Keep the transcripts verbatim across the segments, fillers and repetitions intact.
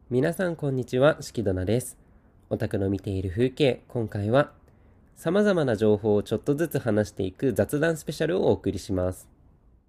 皆さんこんにちは、しきどなです。オタクの見ている風景、今回は様々な情報をちょっとずつ話していく雑談スペシャルをお送りします。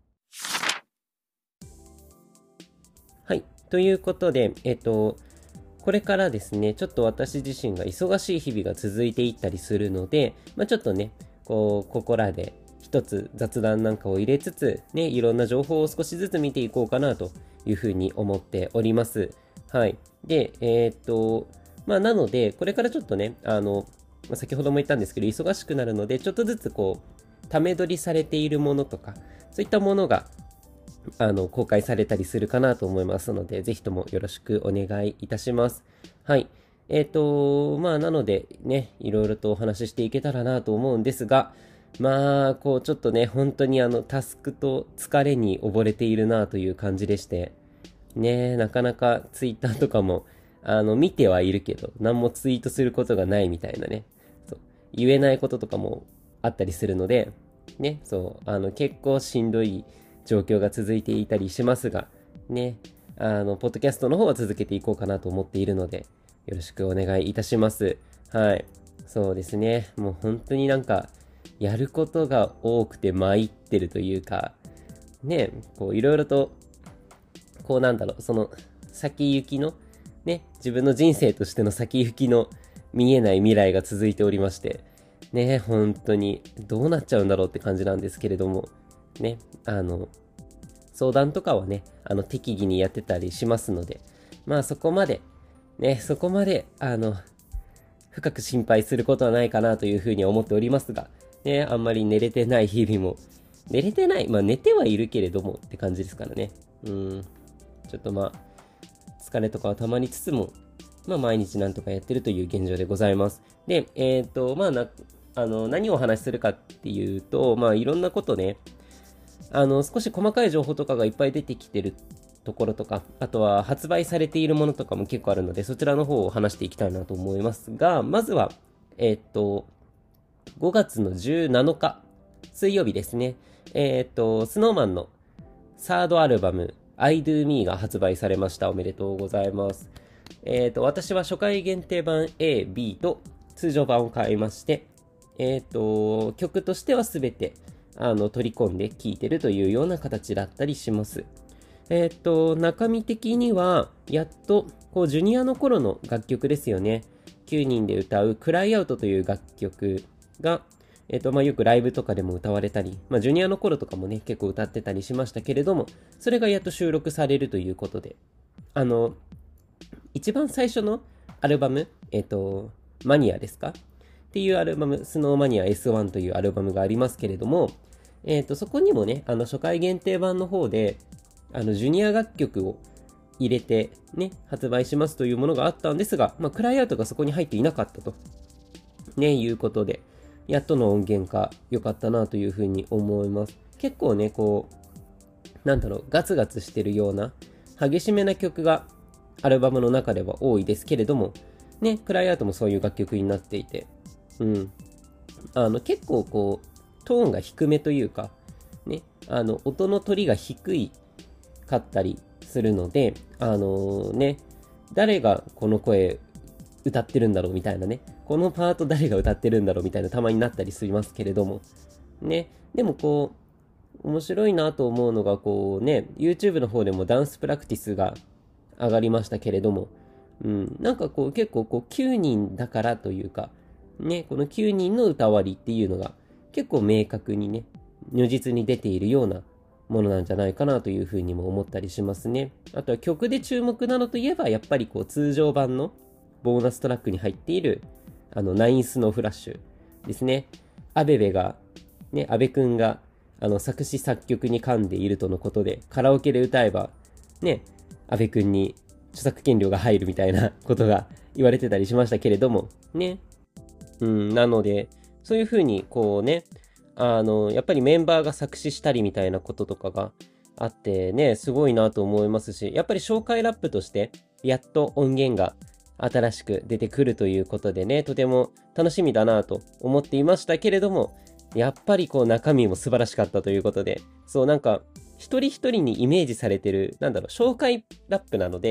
はい、ということで、えっと、これからですね、ちょっと私自身が忙しい日々が続いていったりするので、まあ、ちょっとね、こう、ここらで一つ雑談なんかを入れつつ、ね、いろんな情報を少しずつ見ていこうかなというふうに思っております。はい。で、えーっと、まあ、なので、これからちょっとね、あの、まあ、先ほども言ったんですけど、忙しくなるので、ちょっとずつこう、ため撮りされているものとか、そういったものが、あの、公開されたりするかなと思いますので、ぜひともよろしくお願いいたします。はい。えーっと、まあ、なのでね、いろいろとお話ししていけたらなと思うんですが、まあ、こう、ちょっとね、本当にあの、タスクと疲れに溺れているなという感じでして、ねえ、なかなかツイッターとかも、あの、見てはいるけど、何もツイートすることがないみたいなね、そう、言えないこととかもあったりするので、ね、そう、あの、結構しんどい状況が続いていたりしますが、ね、あの、ポッドキャストの方は続けていこうかなと思っているので、よろしくお願いいたします。はい。そうですね。もう本当になんか、やることが多くて参ってるというか、ね、こういろいろとこうなんだろう、その先行きの、ね、自分の人生としての先行きの見えない未来が続いておりまして、ね、本当にどうなっちゃうんだろうって感じなんですけれども、ね、あの、相談とかはね、あの、適宜にやってたりしますので、まあそこまで、ね、そこまで、あの、深く心配することはないかなというふうに思っておりますが、ね、あんまり寝れてない日々も、寝れてない、まあ寝てはいるけれどもって感じですからね。うん。ちょっとまあ、疲れとかはたまりつつも、まあ毎日なんとかやってるという現状でございます。で、えっ、ー、と、まあな、あの、何をお話しするかっていうと、まあいろんなことね、あの、少し細かい情報とかがいっぱい出てきてるところとか、あとは発売されているものとかも結構あるので、そちらの方を話していきたいなと思いますが、まずは、えっ、ー、と、ごがつのじゅうなのか、水曜日ですね。えっ、ー、と、スノーマンのサードアルバム、I Do Me が発売されました。おめでとうございます。えっ、ー、と、私は初回限定版 A、B と通常版を買いまして、えっ、ー、と、曲としてはすべてあの取り込んで聴いてるというような形だったりします。えっ、ー、と、中身的には、やっと、こう、ジュニアの頃の楽曲ですよね。きゅうにんで歌うクライアウトという楽曲が、えっ、と、まあ、よくライブとかでも歌われたり、まあ、ジュニアの頃とかもね、結構歌ってたりしましたけれども、それがやっと収録されるということで、あの、一番最初のアルバム、えっ、と、マニアですかっていうアルバム、スノーマニア エスワン というアルバムがありますけれども、えっ、と、そこにもね、あの、初回限定版の方で、あの、ジュニア楽曲を入れてね、発売しますというものがあったんですが、まあ、クライアウトがそこに入っていなかったと、ね、いうことで、やっとの音源化、良かったなというふうに思います。結構ね、こう、なんだろう、ガツガツしてるような、激しめな曲がアルバムの中では多いですけれども、ね、クライアウトもそういう楽曲になっていて、うん。あの、結構こう、トーンが低めというか、ね、あの、音の取りが低いかったりするので、あのー、ね、誰がこの声歌ってるんだろうみたいなね、このパート誰が歌ってるんだろうみたいなたまになったりしますけれども、ね、でもこう、面白いなと思うのが、こうね、YouTube の方でもダンスプラクティスが上がりましたけれども、うん、なんかこう結構こうきゅうにんだからというか、ね、このきゅうにんの歌割りっていうのが結構明確にね、如実に出ているようなものなんじゃないかなというふうにも思ったりしますね。あとは曲で注目なのといえば、やっぱりこう通常版のボーナストラックに入っている、あの、ナインスのフラッシュですね。アベベが、ね、アベくんが、あの、作詞作曲に噛んでいるとのことで、カラオケで歌えば、ね、アベくんに著作権料が入るみたいなことが言われてたりしましたけれども、ね。うん、なので、そういうふうに、こうね、あの、やっぱりメンバーが作詞したりみたいなこととかがあってね、すごいなと思いますし、やっぱり紹介ラップとして、やっと音源が新しく出てくるということでね、とても楽しみだなと思っていましたけれども、やっぱりこう中身も素晴らしかったということで、そうなんか、一人一人にイメージされてる、なんだろう、紹介ラップなので、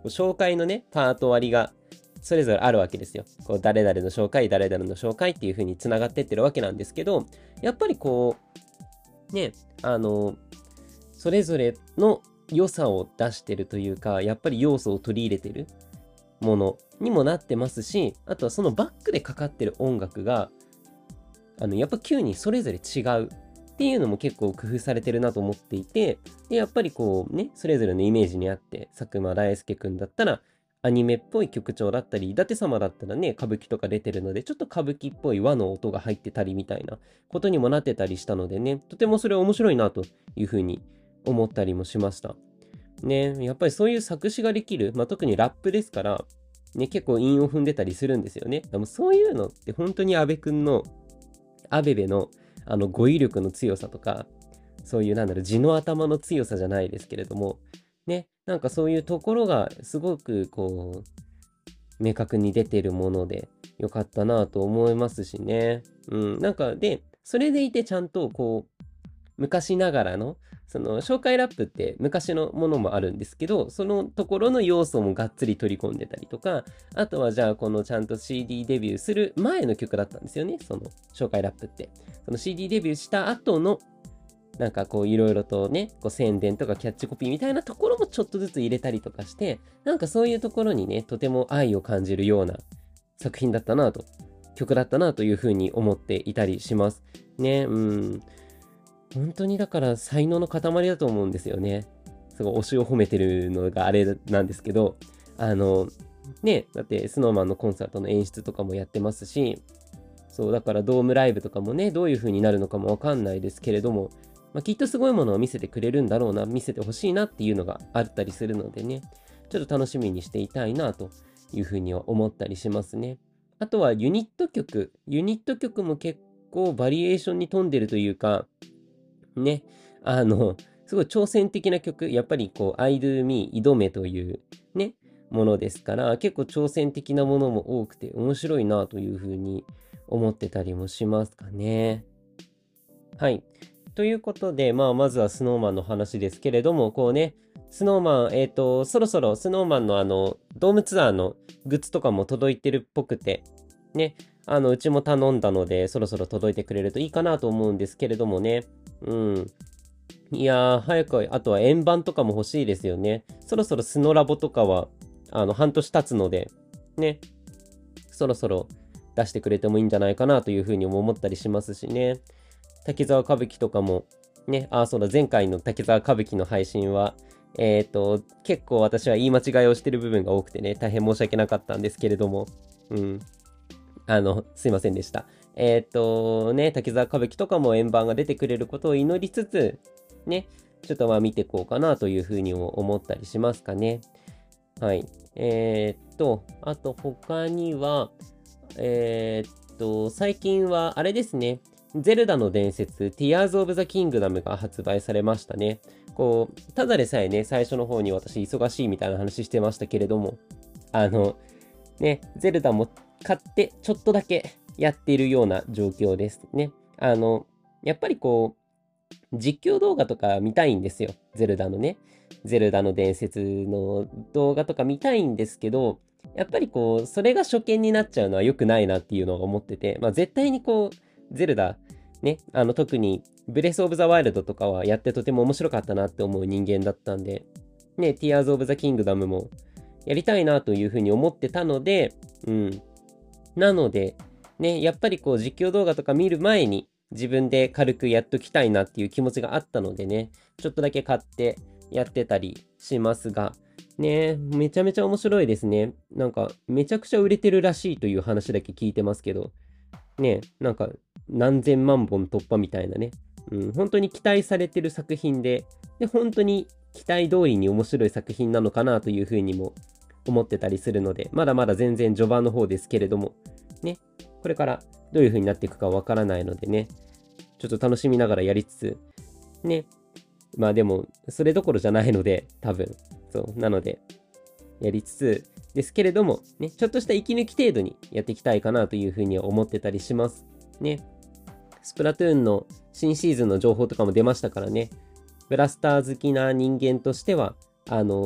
う紹介のね、パート割りがそれぞれあるわけですよ。こう誰々の紹介、誰々の紹介っていう風に繋がってってるわけなんですけど、やっぱりこう、ね、あの、それぞれの良さを出してるというか、やっぱり要素を取り入れてるものにもなってますし、あとはそのバックでかかってる音楽が、あの、やっぱきゅうにんそれぞれ違うっていうのも結構工夫されてるなと思っていて、で、やっぱりこうね、それぞれのイメージにあって、佐久間大介くんだったら、アニメっぽい曲調だったり、伊達様だったらね、歌舞伎とか出てるので、ちょっと歌舞伎っぽい和の音が入ってたりみたいなことにもなってたりしたのでね、とてもそれは面白いなというふうに思ったりもしました。ね、やっぱりそういう作詞ができる、まあ、特にラップですから、ね、結構韻を踏んでたりするんですよね。でもそういうのって本当に阿部くんの、アベベのあの語彙力の強さとか、そういうなんだろう、地の頭の強さじゃないですけれども、ね、なんかそういうところがすごくこう、明確に出てるものでよかったなと思いますしね。うん、なんかで、それでいてちゃんとこう、昔ながらの、その紹介ラップって昔のものもあるんですけど、そのところの要素もがっつり取り込んでたりとか、あとはじゃあこのちゃんと シーディー デビューする前の曲だったんですよね、その紹介ラップって。その シーディー デビューした後のなんかこういろいろとね、こう宣伝とかキャッチコピーみたいなところもちょっとずつ入れたりとかして、なんかそういうところにね、とても愛を感じるような作品だったなと、曲だったなというふうに思っていたりします。ね、うん。本当にだから才能の塊だと思うんですよね。すごい推しを褒めてるのがあれなんですけど、あの、ね、だって スノーマン のコンサートの演出とかもやってますし、そうだからドームライブとかもね、どういう風になるのかもわかんないですけれども、まあ、きっとすごいものを見せてくれるんだろうな、見せてほしいなっていうのがあったりするのでね、ちょっと楽しみにしていたいなという風には思ったりしますね。あとはユニット曲、ユニット曲も結構バリエーションに富んでるというか、ね、あの、すごい挑戦的な曲、やっぱりこう、I do me 挑めというね、ものですから、結構挑戦的なものも多くて面白いなというふうに思ってたりもしますかね。はい。ということで、まあ、まずは スノーマン の話ですけれども、こうね、スノーマン、えっと、そろそろ スノーマン のあの、ドームツアーのグッズとかも届いてるっぽくて、ね、あの、うちも頼んだので、そろそろ届いてくれるといいかなと思うんですけれどもね。うん。いやー、早く、あとは円盤とかも欲しいですよね。そろそろスノラボとかは、あの、半年経つので、ね、そろそろ出してくれてもいいんじゃないかなというふうにも思ったりしますしね。滝沢歌舞伎とかも、ね、あ、そうだ、前回の滝沢歌舞伎の配信は、えっと、結構私は言い間違いをしてる部分が多くてね、大変申し訳なかったんですけれども、うん。あの、すいませんでした。えっと、ね、滝沢歌舞伎とかも円盤が出てくれることを祈りつつ、ね、ちょっとまあ見ていこうかなというふうにも思ったりしますかね。はい。えー、っと、あと他には、えー、っと、最近はあれですね、ゼルダの伝説、Tears of the Kingdom が発売されましたね。こう、ただでさえね、最初の方に私忙しいみたいな話してましたけれども、あの、ね、ゼルダも買ってちょっとだけやっているような状況ですね。あの、やっぱりこう、実況動画とか見たいんですよ。ゼルダのね。ゼルダの伝説の動画とか見たいんですけど、やっぱりこう、それが初見になっちゃうのは良くないなっていうのを思ってて、まあ絶対にこう、ゼルダ、ね、あの特にブレスオブザワイルドとかはやってとても面白かったなって思う人間だったんで、ね、ティアーズオブザキングダムもやりたいなというふうに思ってたので、うん。なので、ね、やっぱりこう実況動画とか見る前に自分で軽くやっときたいなっていう気持ちがあったのでね、ちょっとだけ買ってやってたりしますが、ね、めちゃめちゃ面白いですね。なんか、めちゃくちゃ売れてるらしいという話だけ聞いてますけど、ね、なんか、何千万本突破みたいなね、うん、本当に期待されてる作品で、で、本当に期待通りに面白い作品なのかなというふうにも思ってたりするので、まだまだ全然序盤の方ですけれども、ね、これからどういう風になっていくかわからないのでね、ちょっと楽しみながらやりつつ、ね、まあでも、それどころじゃないので、多分、そう、なので、やりつつですけれども、ね、ちょっとした息抜き程度にやっていきたいかなという風には思ってたりします。ね、スプラトゥーンの新シーズンの情報とかも出ましたからね、ブラスター好きな人間としては、あの、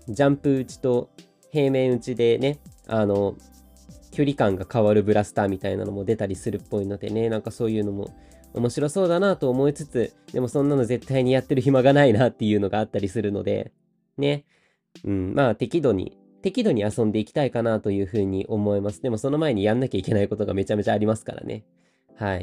ジャンプ打ちと平面打ちでね、あの、距離感が変わるブラスターみたいなのも出たりするっぽいのでね、なんかそういうのも面白そうだなと思いつつ、でもそんなの絶対にやってる暇がないなっていうのがあったりするので、ね、うん、まあ適度に、適度に遊んでいきたいかなというふうに思います。でもその前にやんなきゃいけないことがめちゃめちゃありますからね。はい。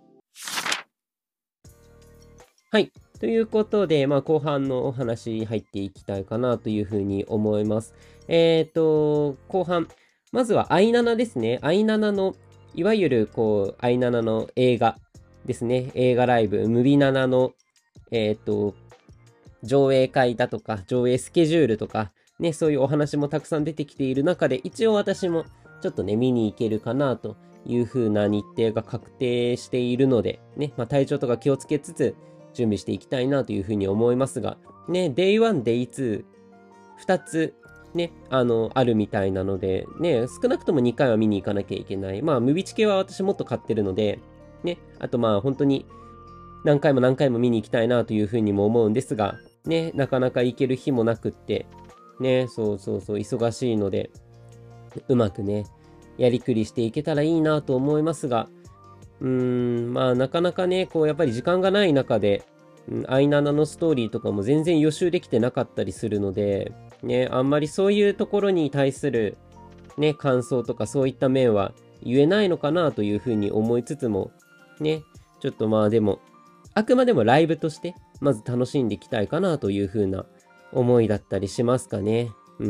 はい。ということで、まあ、後半のお話入っていきたいかなというふうに思います。えっ、と、後半。まずはアイナナですね。アイナナの、いわゆる、こう、アイナナの映画ですね。映画ライブ、ムビナナの、えっ、と、上映会だとか、上映スケジュールとか、ね、そういうお話もたくさん出てきている中で、一応私もちょっとね、見に行けるかなという風な日程が確定しているので、ね、まあ、体調とか気をつけつつ、準備していきたいなというふうに思いますが、ね、デイワン、デイツー、ふたつ、ね、あの、あるみたいなので、ね、少なくともにかいは見に行かなきゃいけない。まあ、ムビチ系は私もっと買ってるので、ね、あとまあ、本当に何回も何回も見に行きたいなというふうにも思うんですが、ね、なかなか行ける日もなくって、ね、そうそうそう、忙しいので、うまくね、やりくりしていけたらいいなと思いますが、うーん、まあなかなかね、こうやっぱり時間がない中で、うん、アイナナのストーリーとかも全然予習できてなかったりするので、ね、あんまりそういうところに対するね、感想とかそういった面は言えないのかなというふうに思いつつも、ね、ちょっとまあでも、あくまでもライブとして、まず楽しんでいきたいかなというふうな思いだったりしますかね。うん。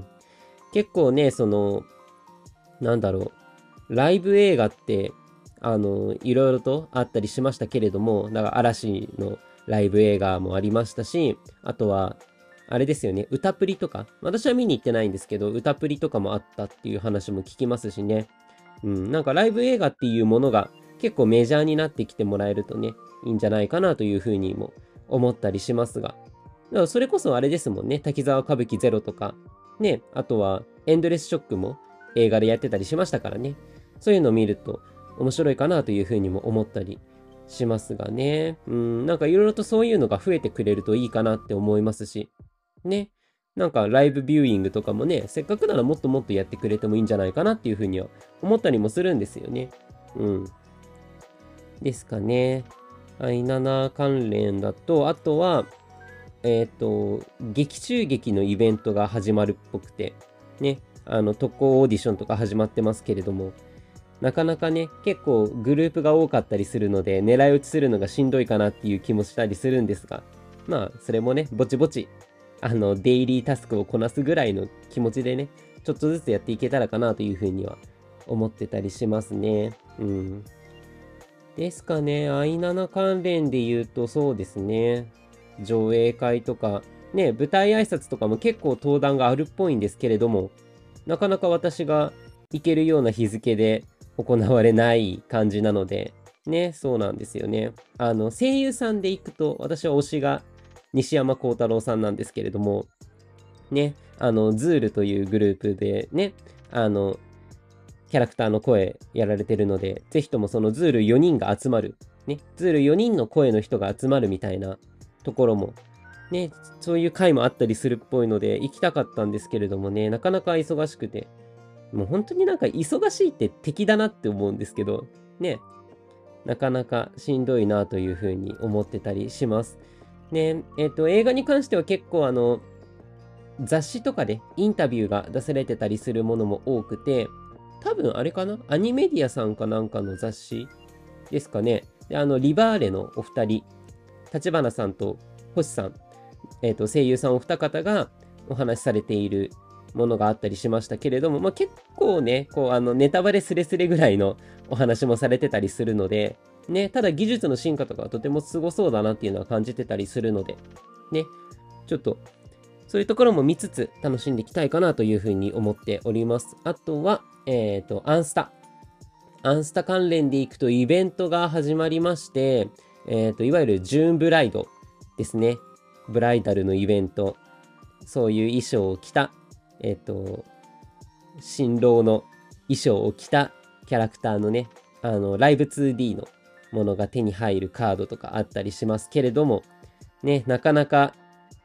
結構ね、その、なんだろう、ライブ映画って、あの、いろいろとあったりしましたけれども、だから嵐のライブ映画もありましたし、あとは、あれですよね、歌プリとか、私は見に行ってないんですけど、歌プリとかもあったっていう話も聞きますしね。うん、なんかライブ映画っていうものが結構メジャーになってきてもらえるとね、いいんじゃないかなというふうにも思ったりしますが。だからそれこそあれですもんね、滝沢歌舞伎ゼロとか、ね、あとはエンドレスショックも映画でやってたりしましたからね。そういうのを見ると面白いかなというふうにも思ったりしますがね。うん、なんかいろいろとそういうのが増えてくれるといいかなって思いますし、ね。なんかライブビューイングとかもね、せっかくならもっともっとやってくれてもいいんじゃないかなっていうふうには思ったりもするんですよね。うん。ですかね。アイナナ関連だと、あとは、えっ、と、劇中劇のイベントが始まるっぽくて、ね、あの、特攻オーディションとか始まってますけれども、なかなかね、結構グループが多かったりするので、狙い撃ちするのがしんどいかなっていう気もしたりするんですが、まあ、それもね、ぼちぼち、あの、デイリータスクをこなすぐらいの気持ちでね、ちょっとずつやっていけたらかなというふうには思ってたりしますね。うん。ですかね、アイナナ関連で言うとそうですね、上映会とか、ね、舞台挨拶とかも結構登壇があるっぽいんですけれども、なかなか私が行けるような日付で行われない感じなので、ね、そうなんですよね。あの、声優さんで行くと、私は推しが西山幸太郎さんなんですけれども、ね、あの、ズールというグループでね、あの、キャラクターの声やられてるので、ぜひともそのズールよにんが集まる、ね、ズールよにんの声の人が集まるみたいなところも、ね、そういう回もあったりするっぽいので、行きたかったんですけれどもね、なかなか忙しくて、もう本当になんか忙しいって敵だなって思うんですけど、ね、なかなかしんどいなというふうに思ってたりします。ね、えっ、と、映画に関しては結構あの、雑誌とかでインタビューが出されてたりするものも多くて、多分あれかなアニメディアさんかなんかの雑誌ですかね。で、あの、リバーレのお二人、立花さんと星さん、えっ、と、声優さんお二方がお話しされているものがあったりしましたけれども、まあ、結構ね、こう、あの、ネタバレスレスレぐらいのお話もされてたりするので、ね、ただ技術の進化とかはとてもすごそうだなっていうのは感じてたりするので、ね、ちょっと、そういうところも見つつ楽しんでいきたいかなというふうに思っております。あとは、えっ、と、アンスタ。アンスタ関連でいくとイベントが始まりまして、えっ、と、いわゆるジューンブライドですね。ブライダルのイベント。そういう衣装を着た、えっ、と、新郎の衣装を着たキャラクターのね、あの、ライブ ツーディー のものが手に入るカードとかあったりしますけれども、ね、なかなか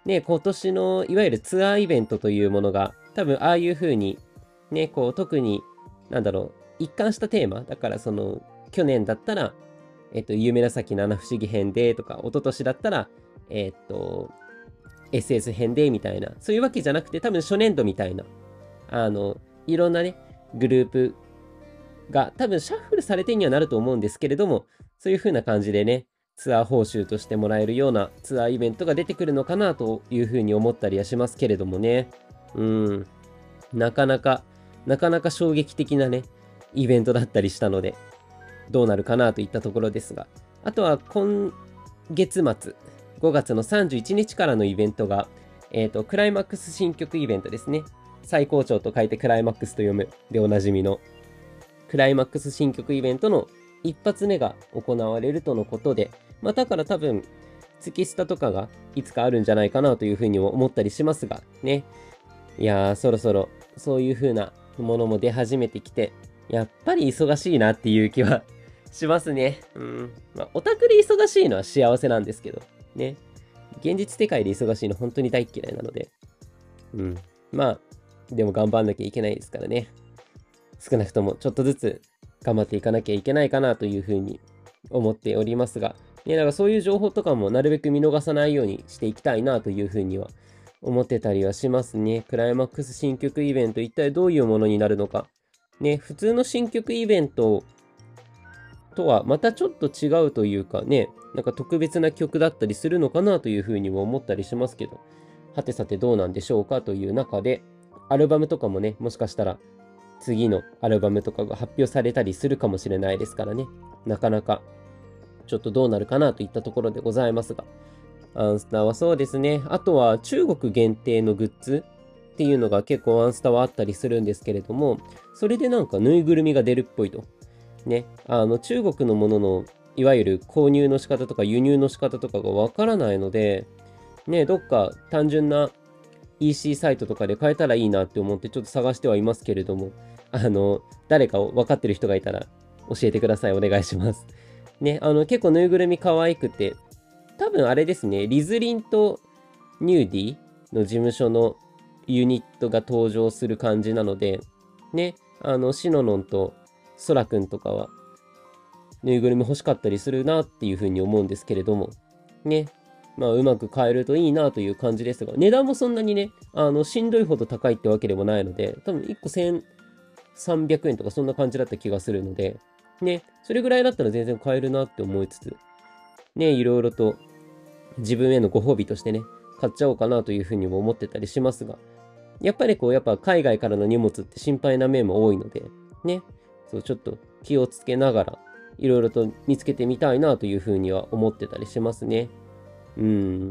ね、今年のいわゆるツアーイベントというものが、多分ああいう風に、ね、こう特に、なんだろう、一貫したテーマ、だからその、去年だったら、えっと、夢紫七不思議編でとか、一昨年だったら、えっと、エスエス 編でみたいな、そういうわけじゃなくて、多分初年度みたいな、あの、いろんなね、グループが多分シャッフルされてにはなると思うんですけれども、そういう風な感じでね、ツアー報酬としてもらえるようなツアーイベントが出てくるのかなという風に思ったりはしますけれどもね。うん。なかなか、なかなか衝撃的なね、イベントだったりしたので、どうなるかなといったところですが。あとは今月末、ごがつのさんじゅういちにちからのイベントが、えっと、クライマックス新曲イベントですね。最高潮と書いてクライマックスと読むでおなじみのクライマックス新曲イベントの一発目が行われるとのことで、まあ、だから多分、月スタとかがいつかあるんじゃないかなというふうにも思ったりしますが、ね。いやー、そろそろそういう風なものも出始めてきて、やっぱり忙しいなっていう気はしますね。うん。まあ、オタクで忙しいのは幸せなんですけど、ね。現実世界で忙しいの本当に大嫌いなので、うん。まあ、でも頑張んなきゃいけないですからね。少なくともちょっとずつ頑張っていかなきゃいけないかなというふうに思っておりますが、ね、だからそういう情報とかもなるべく見逃さないようにしていきたいなというふうには思ってたりはしますね。クライマックス新曲イベント、一体どういうものになるのか。ね、普通の新曲イベントとはまたちょっと違うというかね、なんか特別な曲だったりするのかなというふうにも思ったりしますけど、はてさてどうなんでしょうかという中で、アルバムとかもね、もしかしたら次のアルバムとかが発表されたりするかもしれないですからね、なかなかちょっとどうなるかなといったところでございますが、アンスタはそうですね、あとは中国限定のグッズっていうのが結構アンスタはあったりするんですけれども、それでなんかぬいぐるみが出るっぽいと。ね、あの中国のもののいわゆる購入の仕方とか輸入の仕方とかがわからないので、ね、どっか単純な イーシー サイトとかで買えたらいいなって思ってちょっと探してはいますけれども、あの、誰か分かってる人がいたら教えてください。お願いします。ね、あの、結構ぬいぐるみ可愛くて、多分あれですね、リズリンとニューディの事務所のユニットが登場する感じなので、ね、あの、シノノンとソラくんとかは、ぬいぐるみ欲しかったりするなっていうふうに思うんですけれども、ね、まあ、うまく買えるといいなという感じですが、値段もそんなにね、あの、しんどいほど高いってわけでもないので、多分いっこせんさんびゃくえんとかそんな感じだった気がするので、ね、それぐらいだったら全然買えるなって思いつつ、ね、いろいろと自分へのご褒美としてね、買っちゃおうかなというふうにも思ってたりしますが、やっぱりこう、やっぱ海外からの荷物って心配な面も多いので、ね、そう、ちょっと気をつけながら、いろいろと見つけてみたいなというふうには思ってたりしますね。うん。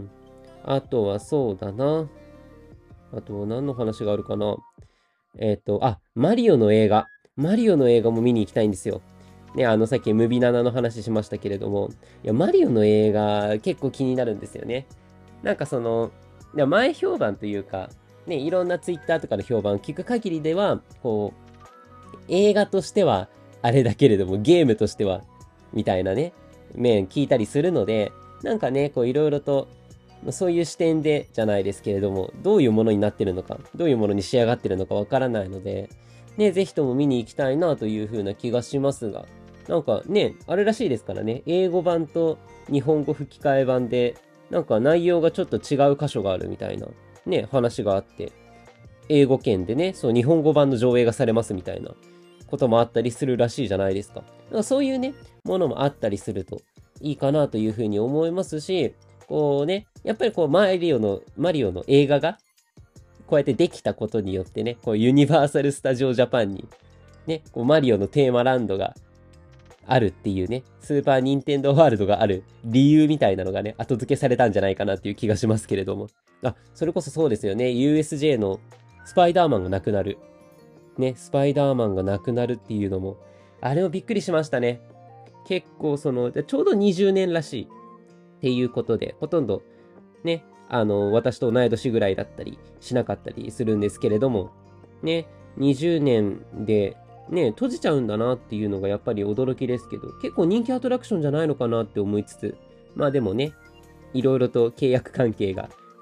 あとはそうだな。あと何の話があるかな。えっと、あ、マリオの映画。マリオの映画も見に行きたいんですよ。ね、あの、さっきムビナナの話しましたけれども、いや、マリオの映画結構気になるんですよね。なんかその、いや前評判というか、ね、いろんなツイッターとかの評判を聞く限りでは、こう、映画としてはあれだけれども、ゲームとしては、みたいなね、面聞いたりするので、なんかね、こういろいろと、そういう視点でじゃないですけれども、どういうものになってるのか、どういうものに仕上がってるのかわからないので、ね、ぜひとも見に行きたいなという風な気がしますが、なんかね、あれらしいですからね、英語版と日本語吹き替え版で、なんか内容がちょっと違う箇所があるみたいな、ね、話があって、英語圏でね、そう、日本語版の上映がされますみたいなこともあったりするらしいじゃないですか。だからそういうね、ものもあったりするといいかなという風に思いますし、こうね、やっぱりこう、マリオの、マリオの映画が、こうやってできたことによってね、こう、ユニバーサル・スタジオ・ジャパンに、ね、こうマリオのテーマランドがあるっていうね、スーパー・ニンテンドー・ワールドがある理由みたいなのがね、後付けされたんじゃないかなっていう気がしますけれども。あ、それこそそうですよね、ユーエスジェー のスパイダーマンがなくなる。ね、スパイダーマンがなくなるっていうのも、あれもびっくりしましたね。結構その、ちょうどにじゅうねんらしいっていうことで、ほとんどね、あの、私と同い年ぐらいだったりしなかったりするんですけれども、ね、にじゅうねんで、ね、閉じちゃうんだなっていうのがやっぱり驚きですけど、結構人気アトラクションじゃないのかなって思いつつ、まあでもね、いろいろと契約関係が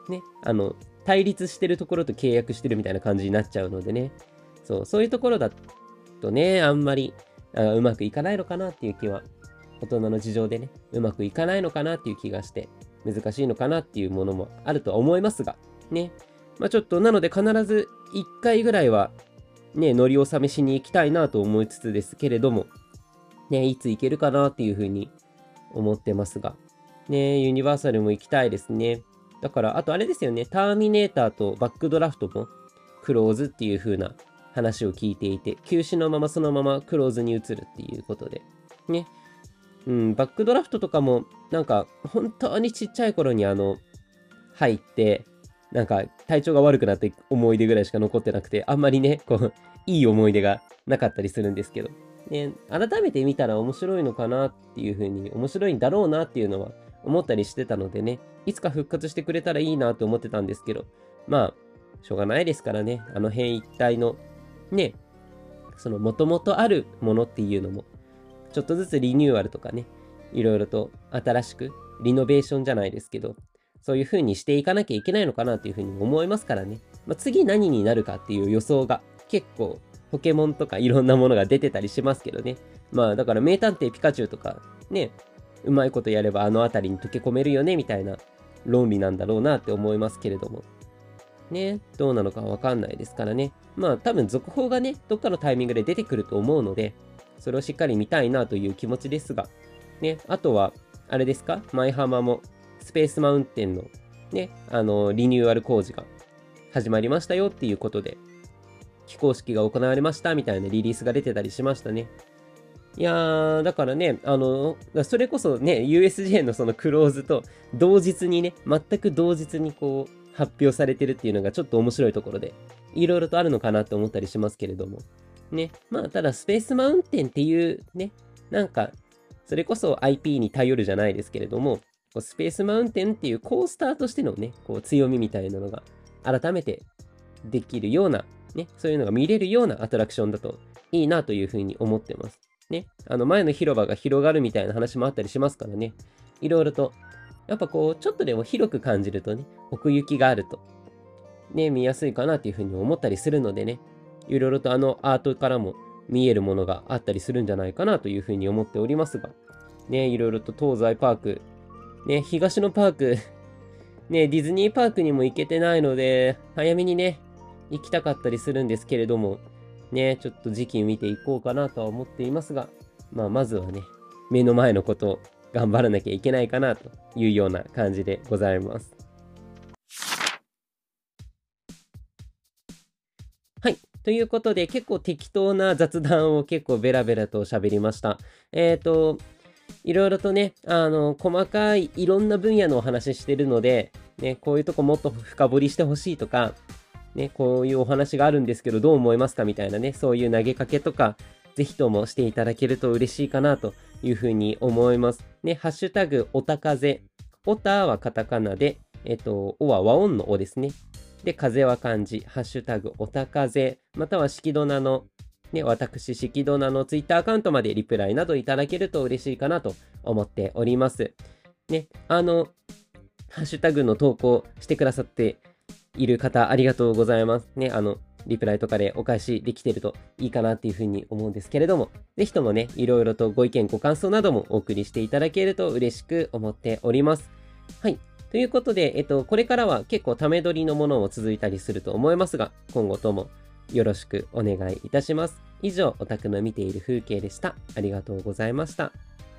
ね、あの、対立してるところと契約してるみたいな感じになっちゃうのでね、そう、そういうところだとね、あんまりあうまくいかないのかなっていう気は、大人の事情でね、うまくいかないのかなっていう気がして、難しいのかなっていうものもあるとは思いますが、ね。まあちょっと、なので必ずいっかいぐらいは、ね、乗り納めしに行きたいなと思いつつですけれども、ね、いつ行けるかなっていうふうに思ってますが、ね、ユニバーサルも行きたいですね。だから、あとあれですよね、ターミネーターとバックドラフトもクローズっていう風な話を聞いていて、休止のままそのままクローズに移るっていうことで、ね。うん、バックドラフトとかも、なんか、本当にちっちゃい頃にあの、入って、なんか、体調が悪くなって思い出ぐらいしか残ってなくて、あんまりね、こう、いい思い出がなかったりするんですけど、ね、改めて見たら面白いのかなっていう風に、面白いんだろうなっていうのは思ったりしてたのでね、いつか復活してくれたらいいなと思ってたんですけど、まあ、しょうがないですからね、あの辺一帯の、ね、その元々あるものっていうのも、ちょっとずつリニューアルとかね、いろいろと新しく、リノベーションじゃないですけど、そういう風にしていかなきゃいけないのかなという風に思いますからね。まあ、次何になるかっていう予想が結構ポケモンとかいろんなものが出てたりしますけどね。まあだから名探偵ピカチュウとかね、うまいことやればあの辺りに溶け込めるよねみたいな論理なんだろうなって思いますけれども。ね、どうなのかわかんないですからね。まあ多分続報がね、どっかのタイミングで出てくると思うので、それをしっかり見たいなという気持ちですが、ね、あとは、あれですか、舞浜もスペースマウンテンのね、あの、リニューアル工事が始まりましたよっていうことで、起工式が行われましたみたいなリリースが出てたりしましたね。いやー、だからね、あの、それこそね、ユーエスジェー のそのクローズと同日にね、全く同日にこう、発表されてるっていうのがちょっと面白いところで、いろいろとあるのかなって思ったりしますけれども。ね、まあ、ただスペースマウンテンっていうね、なんか、それこそ アイピー に頼るじゃないですけれども、スペースマウンテンっていうコースターとしてのね、こう強みみたいなのが改めてできるような、ね、そういうのが見れるようなアトラクションだといいなというふうに思ってます。ね、あの前の広場が広がるみたいな話もあったりしますからね、いろいろと、やっぱこう、ちょっとでも広く感じるとね、奥行きがあると、ね、見やすいかなというふうに思ったりするのでね、いろいろとあのアートからも見えるものがあったりするんじゃないかなというふうに思っておりますが、ね、いろいろと東西パーク、ね、東のパーク、ね、ディズニーパークにも行けてないので、早めにね、行きたかったりするんですけれども、ね、ちょっと時期見ていこうかなとは思っていますが、まあ、まずはね、目の前のことを頑張らなきゃいけないかなというような感じでございます。はい。ということで、結構適当な雑談を結構ベラベラと喋りました。えっと、いろいろとね、あの、細かいいろんな分野のお話ししてるので、ね、こういうとこもっと深掘りしてほしいとか、ね、こういうお話があるんですけど、どう思いますかみたいなね、そういう投げかけとか、ぜひともしていただけると嬉しいかなというふうに思います。ね、ハッシュタグ、おたかぜ。おたはカタカナで、えっと、おは和音のおですね。で、風は漢字、ハッシュタグ、おたかぜ、またはしきどなの、ね、私、しきどなのツイッターアカウントまでリプライなどいただけると嬉しいかなと思っております。ね、あの、ハッシュタグの投稿してくださっている方、ありがとうございます。ね、あの、リプライとかでお返しできてるといいかなっていうふうに思うんですけれども、ぜひともね、いろいろとご意見、ご感想などもお送りしていただけると嬉しく思っております。はい。ということで、えっと、これからは結構ため撮りのものも続いたりすると思いますが、今後ともよろしくお願いいたします。以上、オタクの見ている風景でした。ありがとうございました。